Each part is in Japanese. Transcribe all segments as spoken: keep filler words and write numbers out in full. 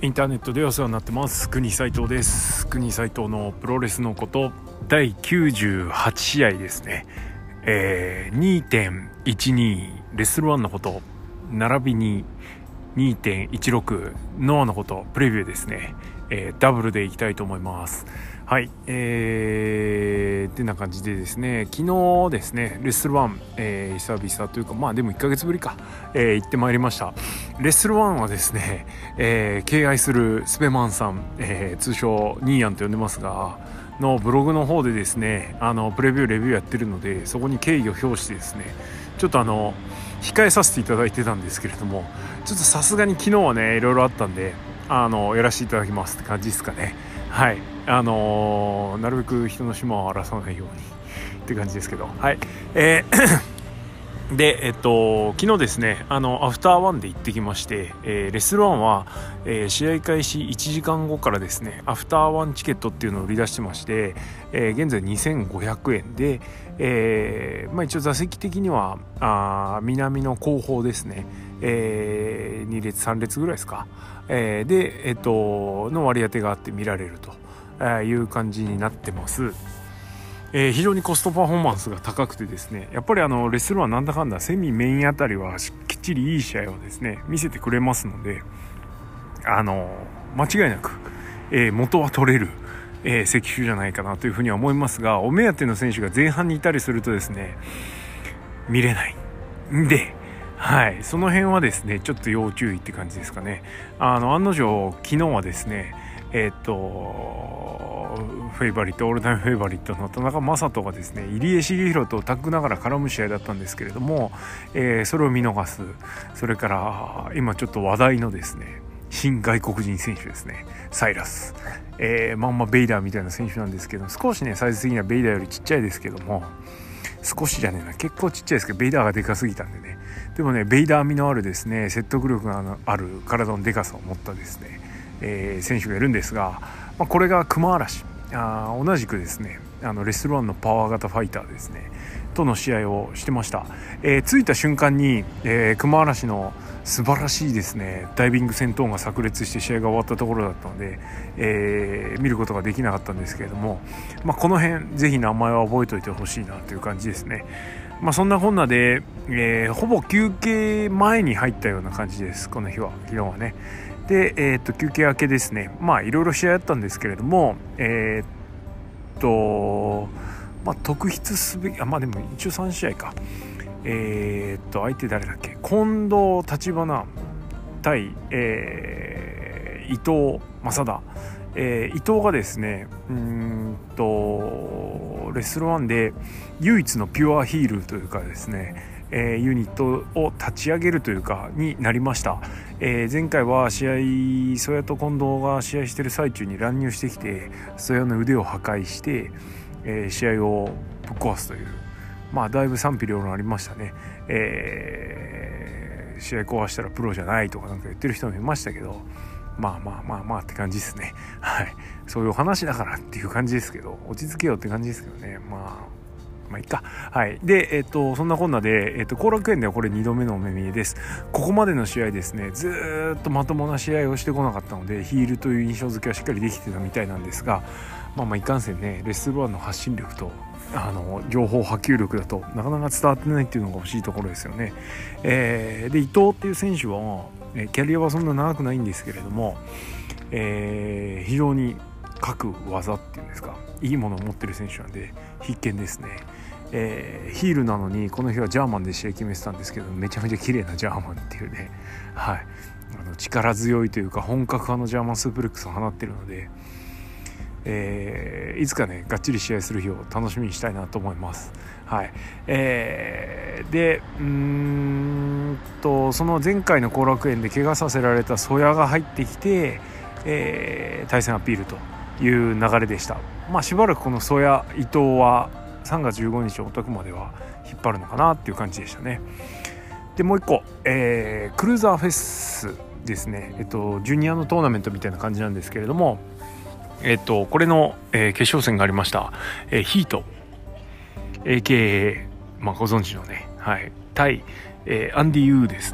インターネットでお世話になってます国斉藤です。国斉藤のプロレスのことだいきゅうじゅうはち試合ですね、えー、にてんいちに レッスルワンのこと並びに にてんいちろく ノアのことプレビューですね、えー、ダブルでいきたいと思います。はい、えー、ってな感じでですね、昨日ですねレッスルワン、えー、久々というかまあでもいっかげつぶりか、えー、行ってまいりました。レッスルワンはですね、えー、敬愛するスペマンさん、えー、通称ニーヤンと呼んでますがのブログの方でですね、あのプレビューレビューやってるので、そこに敬意を表してですねちょっとあの控えさせていただいてたんですけれども、ちょっとさすがに昨日はねいろいろあったんであのやらせていただきますって感じですかね。はい、あのー、なるべく人の島を荒らさないようにって感じですけど、はい、えー、でえっと昨日ですねあのアフターワンで行ってきまして、えー、レッスルワンは、えー、試合開始いちじかんごからですねアフターワンチケットっていうのを売り出してまして、えー、現在にせんごひゃくえんで、えーまあ、一応座席的にはあ南の後方ですね、えー、に列さん列ぐらいですか、えー、で、えっと、の割り当てがあって見られるという感じになってます。えー、非常にコストパフォーマンスが高くてですね、やっぱりあのレッスルはなんだかんだセミメインあたりはきっちりいい試合をですね見せてくれますので、あの間違いなく、えー、元は取れる、えー、席種じゃないかなというふうには思いますが、お目当ての選手が前半にいたりするとですね見れないんで、はい、その辺はですねちょっと要注意って感じですかね。あの案の定昨日はですねえー、っとフェイバリットオールタイムフェイバリットの田中将人がですね入江茂弘とタッグながら絡む試合だったんですけれども、えー、それを見逃す。それから今ちょっと話題のですね新外国人選手ですねサイラス、えー、まんまベイダーみたいな選手なんですけど、少しねサイズ的にはベイダーよりちっちゃいですけども、少しじゃねえな結構ちっちゃいですけどベイダーがでかすぎたんでね、でもねベイダー味のあるですね説得力がある体のでかさを持ったですね、えー、選手がいるんですが、まあ、これが熊嵐、あ同じくですねあのレッスルワンのパワー型ファイターですねとの試合をしてました。えー、着いた瞬間に、えー、熊嵐の素晴らしいですねダイビング戦闘が炸裂して試合が終わったところだったので、えー、見ることができなかったんですけれども、まあ、この辺ぜひ名前は覚えておいてほしいなという感じですね。まあ、そんなこんなで、えー、ほぼ休憩前に入ったような感じですこの日は。昨日はねで、えー、と休憩明けですね、まあいろいろ試合あったんですけれども、えー、っとまあ特筆すべきあまあでも一応さん試合か、えー、っと相手誰だっけ、近藤立花対、えー、伊藤正田、えー、伊藤がですねうーんとレッスルワンで唯一のピュアヒールというかですね、えー、ユニットを立ち上げるというかになりました。えー、前回は試合ソヤと近藤が試合している最中に乱入してきてソヤの腕を破壊して、えー、試合をぶっ壊すという、まあだいぶ賛否両論ありましたね。えー、試合壊したらプロじゃないとかなんか言ってる人もいましたけど、まあまあまあまあって感じですね。はい、そういう話だからっていう感じですけど、落ち着けよって感じですけどね。まあまあいいか。はい。で、えっと、そんなこんなで、えっと、後楽園ではこれにどめのお目見えです。ここまでの試合ですね、ずーっとまともな試合をしてこなかったので、ヒールという印象付けはしっかりできてたみたいなんですが、まあまあいかんせんね、レッスルワンの発信力と、あの、情報波及力だとなかなか伝わってないっていうのが欲しいところですよね。えー、で、伊藤っていう選手は、キャリアはそんな長くないんですけれども、えー、非常に各技っていうんですか、いいものを持ってる選手なんで必見ですね。えー、ヒールなのにこの日はジャーマンで試合決めてたんですけど、めちゃめちゃ綺麗なジャーマンっていうね、はい、あの力強いというか本格派のジャーマンスープレックスを放ってるので、えー、いつかねがっちり試合する日を楽しみにしたいなと思います。はい、えー、でうーんとその前回の後楽園で怪我させられたソヤが入ってきて、えー、対戦アピールという流れでした。まあしばらくこのソヤ伊藤はさんがつじゅうごにちお宅までは引っ張るのかなっていう感じでしたね。でもう一個、えー、クルーザーフェスですね、えっとジュニアのトーナメントみたいな感じなんですけれども、えっとこれの、えー、決勝戦がありました、えー、ヒート エーケーエー、まあ、ご存知のね、はい、対、えー、アンディ・ユーですね、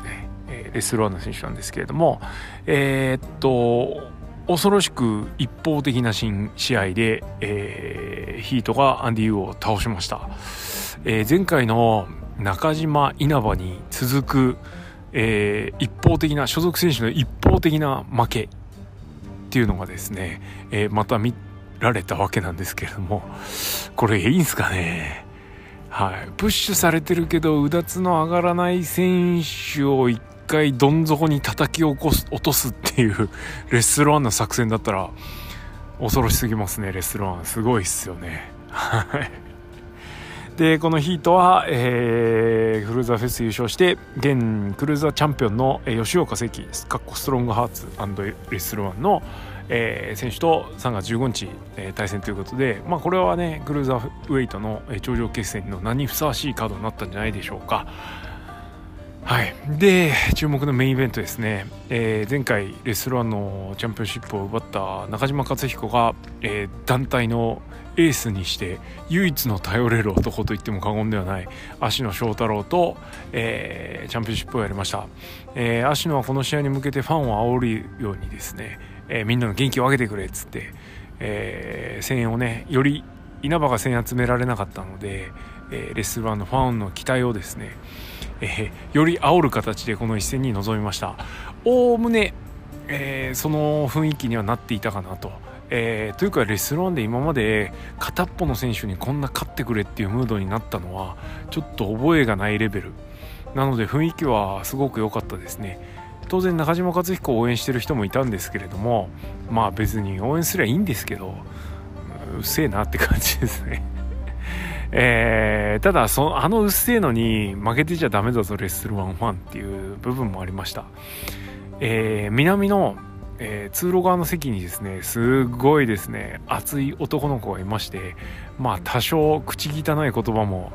えー、レスルワンの選手なんですけれども、えー、っと恐ろしく一方的な試合で、えー、ヒートがアンディ・ユーを倒しました。えー、前回の中島稲葉に続く、えー、一方的な所属選手の一方的な負けっていうのがですね、えー、また見られたわけなんですけれども、これいいんすかね。はい、プッシュされてるけどうだつの上がらない選手を一回どん底に叩き起こす落とすっていうレッスルワンの作戦だったら恐ろしすぎますね。レッスルワンすごいっすよね。はいでこのヒートは、えー、クルーザーフェス優勝して現クルーザーチャンピオンの、えー、吉岡関かっこストロングハーツ&レッスルワンの、えー、選手とさんがつじゅうごにち、えー、対戦ということで、まあ、これはねクルーザーウェイトの、えー、頂上決戦の名にふさわしいカードになったんじゃないでしょうか。はい、で注目のメインイベントですね、えー、前回レスルワンのチャンピオンシップを奪った中島克彦が、えー、団体のエースにして唯一の頼れる男と言っても過言ではない芦野翔太郎と、えー、チャンピオンシップをやりました。えー、芦野はこの試合に向けてファンを煽るようにですね、えー、みんなの元気を上げてくれっつって、えー、声援をねより稲葉が声援集められなかったので、えー、レスルワンのファンの期待をですねえー、より煽る形でこの一戦に臨みました。おおむね、えー、その雰囲気にはなっていたかなと、えー、というかレスルワンで今まで片っぽの選手にこんな勝ってくれっていうムードになったのはちょっと覚えがないレベルなので雰囲気はすごく良かったですね。当然中島克彦を応援してる人もいたんですけれども、まあ別に応援すりゃいいんですけどうっせえなって感じですね。えー、ただそあのうっせえのに負けてちゃダメだぞレッスルワンファンっていう部分もありました。えー、南の、えー、通路側の席にですねすごいですね熱い男の子がいまして、まあ多少口汚い言葉も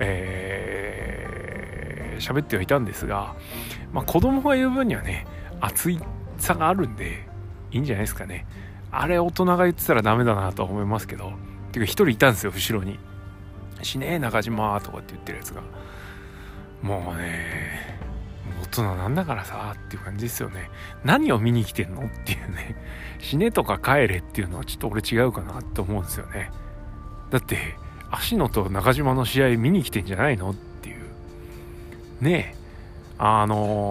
えー、喋ってはいたんですが、まあ、子供が言う分にはね熱いさがあるんでいいんじゃないですかね。あれ大人が言ってたらダメだなとは思いますけど、てか一人いたんですよ後ろに。しねえ中島とかって言ってるやつがもうね大人なんだからさっていう感じですよね。何を見に来てんのっていうね、死ねとか帰れっていうのはちょっと俺違うかなって思うんですよね。だって芦野と中島の試合見に来てんじゃないのっていうねえあ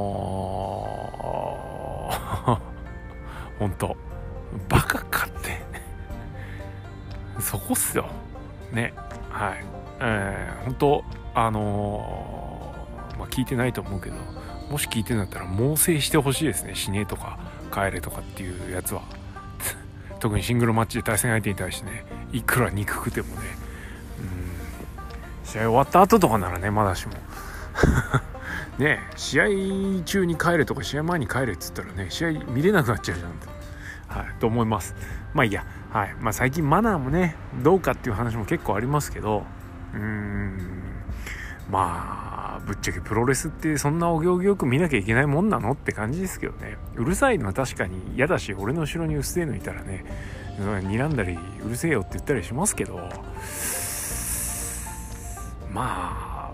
のー、ほんとバカかってそこっすよね。はい、えー、本当あのー、まあ聞いてないと思うけど、もし聞いてんだったら猛省してほしいですね。死ねとか帰れとかっていうやつは特にシングルマッチで対戦相手に対してねいくら憎くてもね、うん試合終わった後とかならねまだしもね試合中に帰れとか試合前に帰れっつったらね試合見れなくなっちゃうじゃんって、はい、と思います。まあいいや、はいまあ、最近マナーもねどうかっていう話も結構ありますけど、うーんまあぶっちゃけプロレスってそんなお行儀よく見なきゃいけないもんなのって感じですけどね。うるさいのは確かに嫌だし、俺の後ろにうっせえのいたらね睨んだりうるせえよって言ったりしますけど、まあ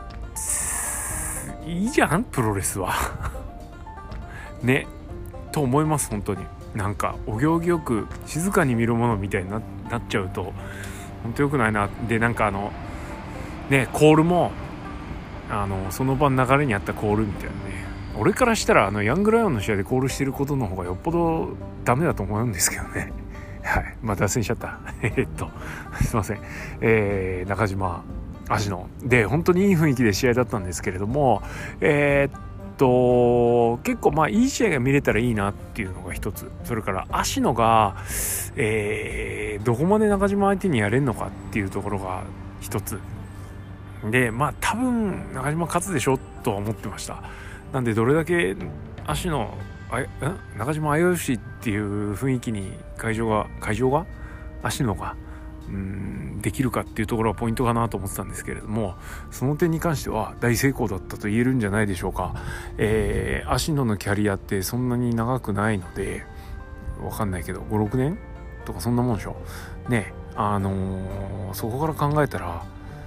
いいじゃんプロレスはねと思います本当に。なんかお行儀よく静かに見るものみたいに な, なっちゃうと本当良くないな。でなんかあのねコールもあのその場の流れにあったコールみたいなね、俺からしたらあのヤングライオンの試合でコールしてることの方がよっぽどダメだと思うんですけどね。はいまあ脱線しちゃったえっとすいません、えー、中島芦野で本当にいい雰囲気で試合だったんですけれども、えー、っと結構まあいい試合が見れたらいいなっていうのが一つ、それから芦野が、えー、どこまで中島相手にやれんのかっていうところが一つで、まあ多分中島勝つでしょとは思ってました。なんでどれだけ芦野あん中島危うしっていう雰囲気に会場が会場が芦野がうーんできるかっていうところはポイントかなと思ってたんですけれども、その点に関しては大成功だったと言えるんじゃないでしょうか。えー、芦野のキャリアってそんなに長くないのでわかんないけどごろくねんとかそんなもんでしょね。あのー、そこから考えたら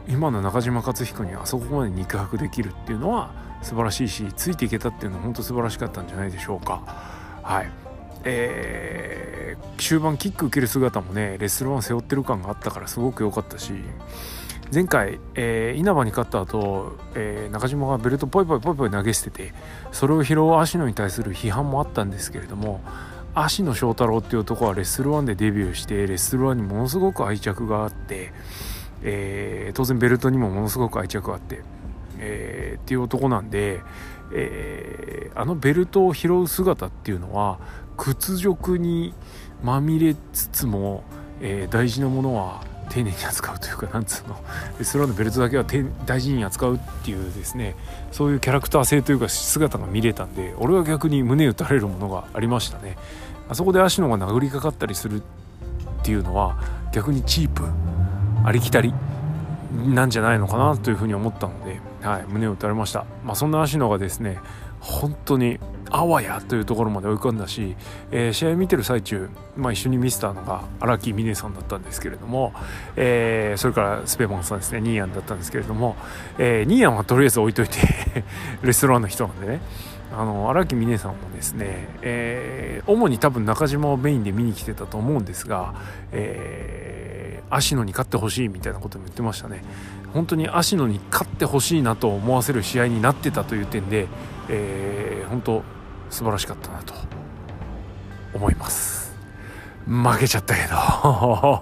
今の中島克彦にあそこまで肉薄できるっていうのは素晴らしいし、ついていけたっていうのは本当素晴らしかったんじゃないでしょうか。はい、えー、終盤キック受ける姿もねレッスルワン背負ってる感があったからすごく良かったし、前回、えー、稲葉に勝った後、えー、中島がベルトポイポイポイポイ投げ捨てて、それを拾う芦野に対する批判もあったんですけれども、芦野翔太郎っていう男はレッスルワンでデビューしてレッスルワンにものすごく愛着があって、えー、当然ベルトにもものすごく愛着があって、えー、っていう男なんで、えー、あのベルトを拾う姿っていうのは屈辱にまみれつつも、えー、大事なものは丁寧に扱うというか、なんつうの、レストランのベルトだけは大事に扱うっていうですね、そういうキャラクター性というか姿が見れたんで、俺は逆に胸打たれるものがありましたね。あそこで芦野が殴りかかったりするっていうのは逆にチープ、ありきたりなんじゃないのかなというふうに思ったので、はい、胸を打たれました。まあ、そんな芦野がですね本当にあわやというところまで追い込んだし、えー、試合見てる最中、まあ、一緒に見せたのが荒木美音さんだったんですけれども、えー、それからスペマンさんですね、ニーヤンだったんですけれども、えー、ニーヤンはとりあえず置いといてレストランの人なんでね、あの荒木美音さんもですね、えー、主に多分中島をメインで見に来てたと思うんですが、えー、芦野に勝ってほしいみたいなことも言ってましたね。本当に芦野に勝ってほしいなと思わせる試合になってたという点で、えー、本当素晴らしかったなと思います。負けちゃったけどはい、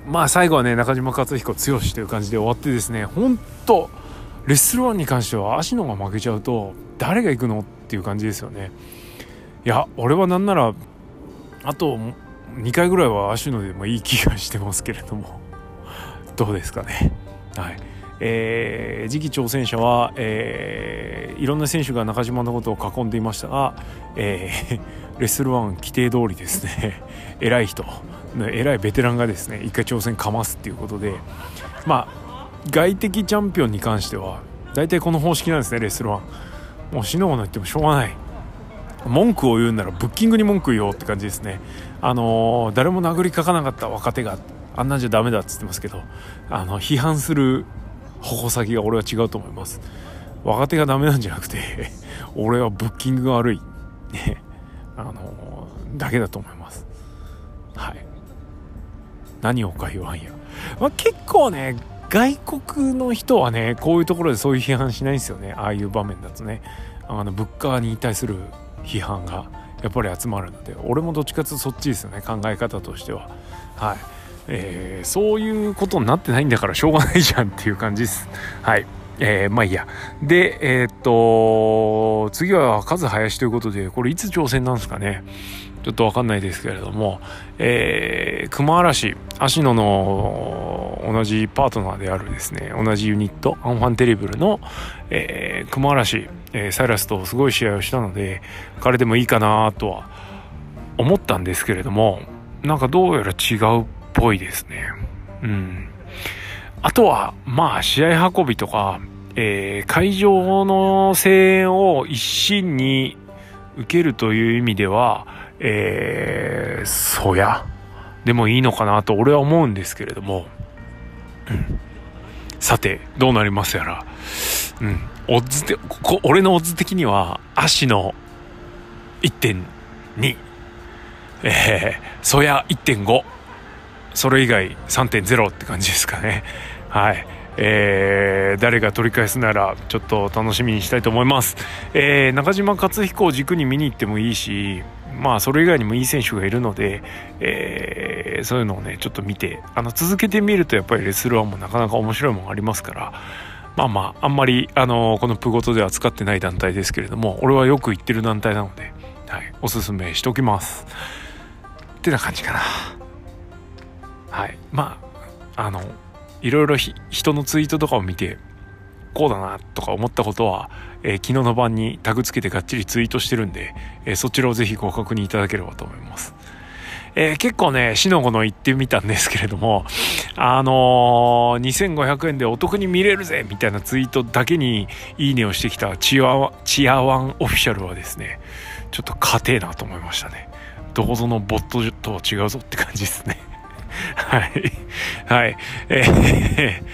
まあ最後はね中島克彦強しという感じで終わってですね、本当レッスルワンに関しては芦野が負けちゃうと誰が行くのっていう感じですよね。いや俺はなんならあとにかいぐらいは芦野でもいい気がしてますけれどもどうですかね。はい、えー、次期挑戦者は、えー、いろんな選手が中島のことを囲んでいましたが、えー、レッスルワン規定通りですね偉い人偉いベテランがですね一回挑戦かますっていうことで、まあ外的チャンピオンに関しては大体この方式なんですね。レッスルワンもう死のうの言ってもしょうがない、文句を言うならブッキングに文句言おうって感じですね。あのー、誰も殴りかかなかった若手があんなんじゃダメだって言ってますけど、あの批判する矛先が俺は違うと思います。若手がダメなんじゃなくて俺はブッキングが悪いね、あのだけだと思います。はい、何をか言わんや、まあ、結構ね外国の人はねこういうところでそういう批判しないんですよね。ああいう場面だとね、あの物価に対する批判がやっぱり集まるので、俺もどっちかというとそっちですよね、考え方としては。はい、えー、そういうことになってないんだからしょうがないじゃんっていう感じです。はい、えー、まあいいや。でえー、っと次はカズ林ということで、これいつ挑戦なんですかね、ちょっと分かんないですけれども、えー、熊嵐芦野の同じパートナーであるですね、同じユニットアンファンテリブルの、えー、熊嵐、えー、サイラスとすごい試合をしたので彼でもいいかなとは思ったんですけれども、なんかどうやら違うっぽいですね。うん。あとはまあ試合運びとか、えー、会場の声援を一身に受けるという意味では、えー、そやでもいいのかなと俺は思うんですけれども、うん、さてどうなりますやら、うん、オッズでこ俺のオッズ的には足の いってんに、えー、そや いってんご、 それ以外 さんてんゼロ って感じですかね。はい、えー、誰が取り返すならちょっと楽しみにしたいと思います。えー、中島克彦を軸に見に行ってもいいし、まあそれ以外にもいい選手がいるので、えー、そういうのをねちょっと見て、あの続けてみるとやっぱりレスルワンもなかなか面白いものがありますから、まあまああんまりあのこのプゴトでは扱ってない団体ですけれども、俺はよく行ってる団体なので、はい、おすすめしておきますってな感じかな。はい、まああのいろいろ人のツイートとかを見てこうだなとか思ったことは、えー、昨日の晩にタグつけてがっちりツイートしてるんで、えー、そちらをぜひご確認いただければと思います。えー、結構ねしのごの行ってみたんですけれども、あのー、にせんごひゃくえんでお得に見れるぜみたいなツイートだけにいいねをしてきたチアワチアワンオフィシャルはですねちょっと硬えなと思いましたね。どこぞのボットとは違うぞって感じですねはいはい、えー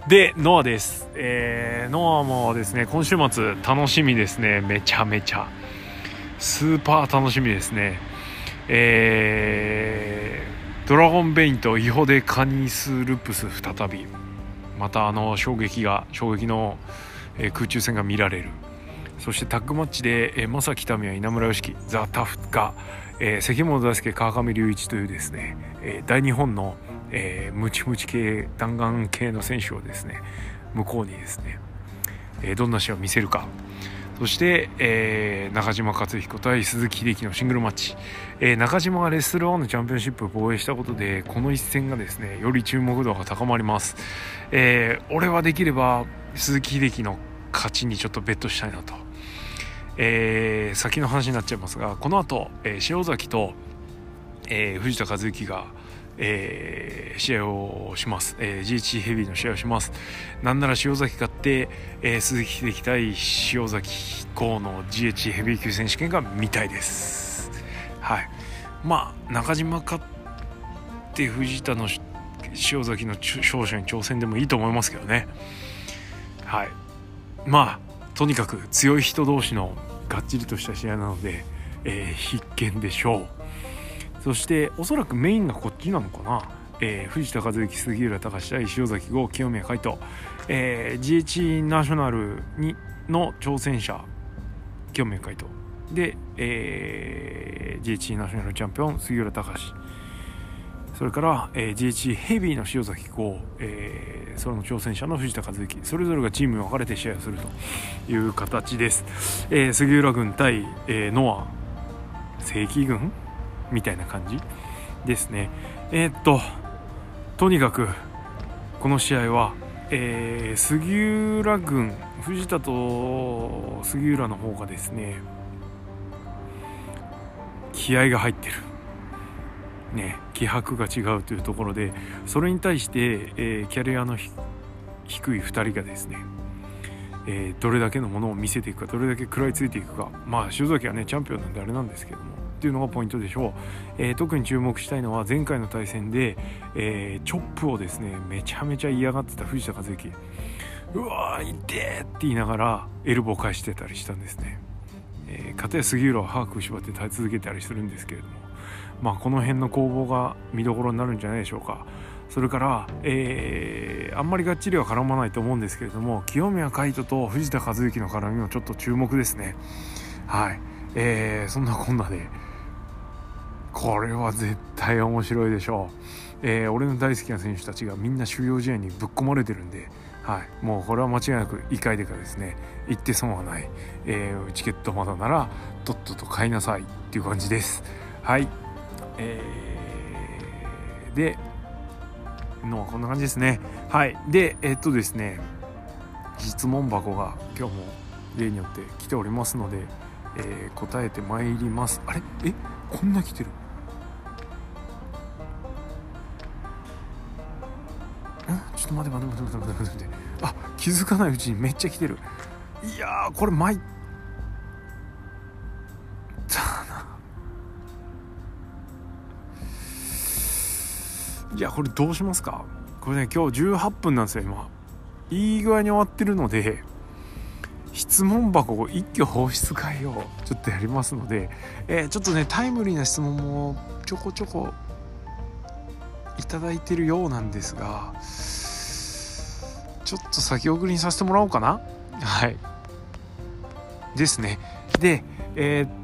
でノアです、えー、ノアもですね今週末楽しみですね。めちゃめちゃスーパー楽しみですね。えー、ドラゴンベインとイホデカニスルプス再びまたあの衝撃が衝撃の、えー、空中戦が見られる。そしてタッグマッチで、えー、正木民也稲村良樹ザ・タフが、えー、関本大輔川上隆一というですね、えー、大日本の、えー、ムチムチ系弾丸系の選手をですね向こうにですね、えー、どんな試合を見せるか。そして、えー、中島克彦対鈴木秀樹のシングルマッチ、えー、中島がレッスルワンのチャンピオンシップを防衛したことでこの一戦がですねより注目度が高まります。えー、俺はできれば鈴木秀樹の勝ちにちょっとベットしたいなと、えー、先の話になっちゃいますがこの後、えー、塩崎と、えー、藤田和幸がえー、試合をします、えー、ジーエイチ ヘビーの試合をします。なんなら塩崎勝って、えー、鈴木秀樹対塩崎豪の ジーエイチ ヘビー級選手権が見たいです。はい、まあ中島勝って藤田の塩崎の勝者に挑戦でもいいと思いますけどね。はい、まあとにかく強い人同士のがっちりとした試合なので、えー、必見でしょう。そしておそらくメインがこっちなのかな、えー、藤田和幸杉浦隆対塩崎豪清宮海斗、えー、ジーエイチ ナショナルにの挑戦者清宮海斗で、えー、ジーエイチ ナショナルチャンピオン杉浦隆それから、えー、ジーエイチ ヘビーの塩崎豪、えー、それの挑戦者の藤田和幸それぞれがチームに分かれて試合をするという形です。えー、杉浦軍対、えー、ノア正規軍みたいな感じですね。えー、っととにかくこの試合は、えー、杉浦軍藤田と杉浦の方がですね気合が入ってるね、気迫が違うというところでそれに対して、えー、キャリアの低いふたりがですね、えー、どれだけのものを見せていくかどれだけ食らいついていくか。まあ塩崎はねチャンピオンなんであれなんですけどもっていうのがポイントでしょう。えー、特に注目したいのは前回の対戦で、えー、チョップをですねめちゃめちゃ嫌がってた藤田和幸うわー痛えって言いながらエルボー返してたりしたんですね。えー、片や杉浦は歯食いしばって耐え続けたりするんですけれどもまあこの辺の攻防が見どころになるんじゃないでしょうか。それから、えー、あんまりがっちりは絡まないと思うんですけれども清宮海斗と藤田和幸の絡みもちょっと注目ですね。はい、えー、そんなこんなでこれは絶対面白いでしょう。えー、俺の大好きな選手たちがみんな収容試合にぶっ込まれてるんで、はい、もうこれは間違いなくいかいでかですね行って損はない、えー、チケットまだならとっとと買いなさいっていう感じです。はい、えー、でのこんな感じですね。はいでえー、っとですね質問箱が今日も例によって来ておりますので、えー、答えてまいります。あれえこんな来てるちょっと待て待て待て待て待て待てあ気づかないうちにめっちゃ来てる。いやーこれ参ったないやこれどうしますか。これね今日じゅうはっぷんなんですよ。今いい具合に終わってるので質問箱を一挙放出会をちょっとやりますので、えー、ちょっとねタイムリーな質問もちょこちょこいただいてるようなんですがちょっと先送りにさせてもらおうかな。はいですね。でえー、っ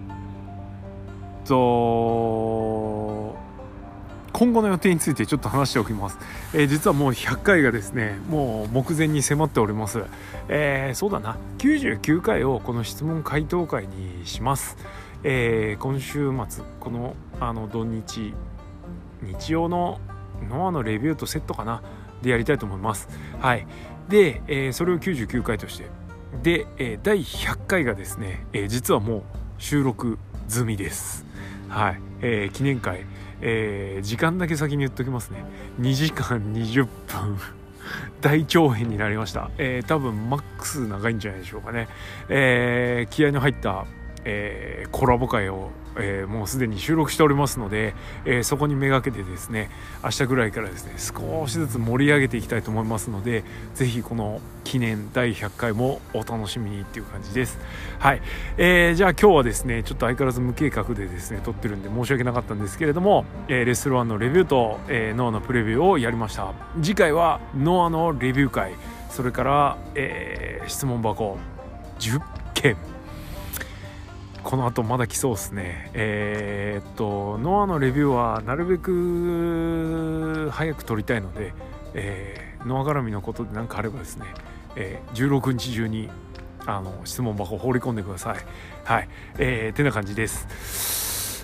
と今後の予定についてちょっと話しておきます。えー、実はもうひゃっかいがですねもう目前に迫っております。えー、そうだなきゅうじゅうきゅうかいをこの質問回答会にします。えー、今週末このあの土日日曜のノアのレビューとセットかなでやりたいと思います。はいで、えー、それをきゅうじゅうきゅうかいとしてで、えー、だいひゃっかいがですね、えー、実はもう収録済みです。はい、えー、記念会、えー、時間だけ先に言っときますね。にじかんにじゅっぷん大長編になりました。えー、多分マックス長いんじゃないでしょうかね。えー、気合の入ったえー、コラボ会を、えー、もうすでに収録しておりますので、えー、そこにめがけてですね、明日ぐらいからですね少しずつ盛り上げていきたいと思いますので、ぜひこの記念だいひゃっかいもお楽しみにっていう感じです。はい、えー、じゃあ今日はですねちょっと相変わらず無計画でですね撮ってるんで申し訳なかったんですけれども、えー、レッスルワンのレビューと、えー、ノアのプレビューをやりました。次回はノアのレビュー会、それから、えー、質問箱じゅっけん、この後まだ来そうですね。えー、っとノアのレビューはなるべく早く撮りたいので、えー、ノア絡みのことで何かあればですね、えー、じゅうろくにち中にあの質問箱放り込んでください。はい、えー、てな感じです。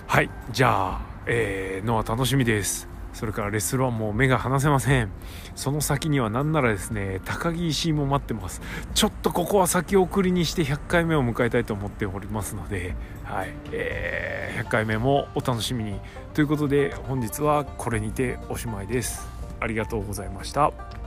はい、じゃあ、えー、ノア楽しみです。それからレッスルワンも目が離せません。その先には何ならですね高木石井も待ってます。ちょっとここは先送りにしてひゃっかいめを迎えたいと思っておりますので、はい、えー、ひゃっかいめもお楽しみにということで、本日はこれにておしまいです。ありがとうございました。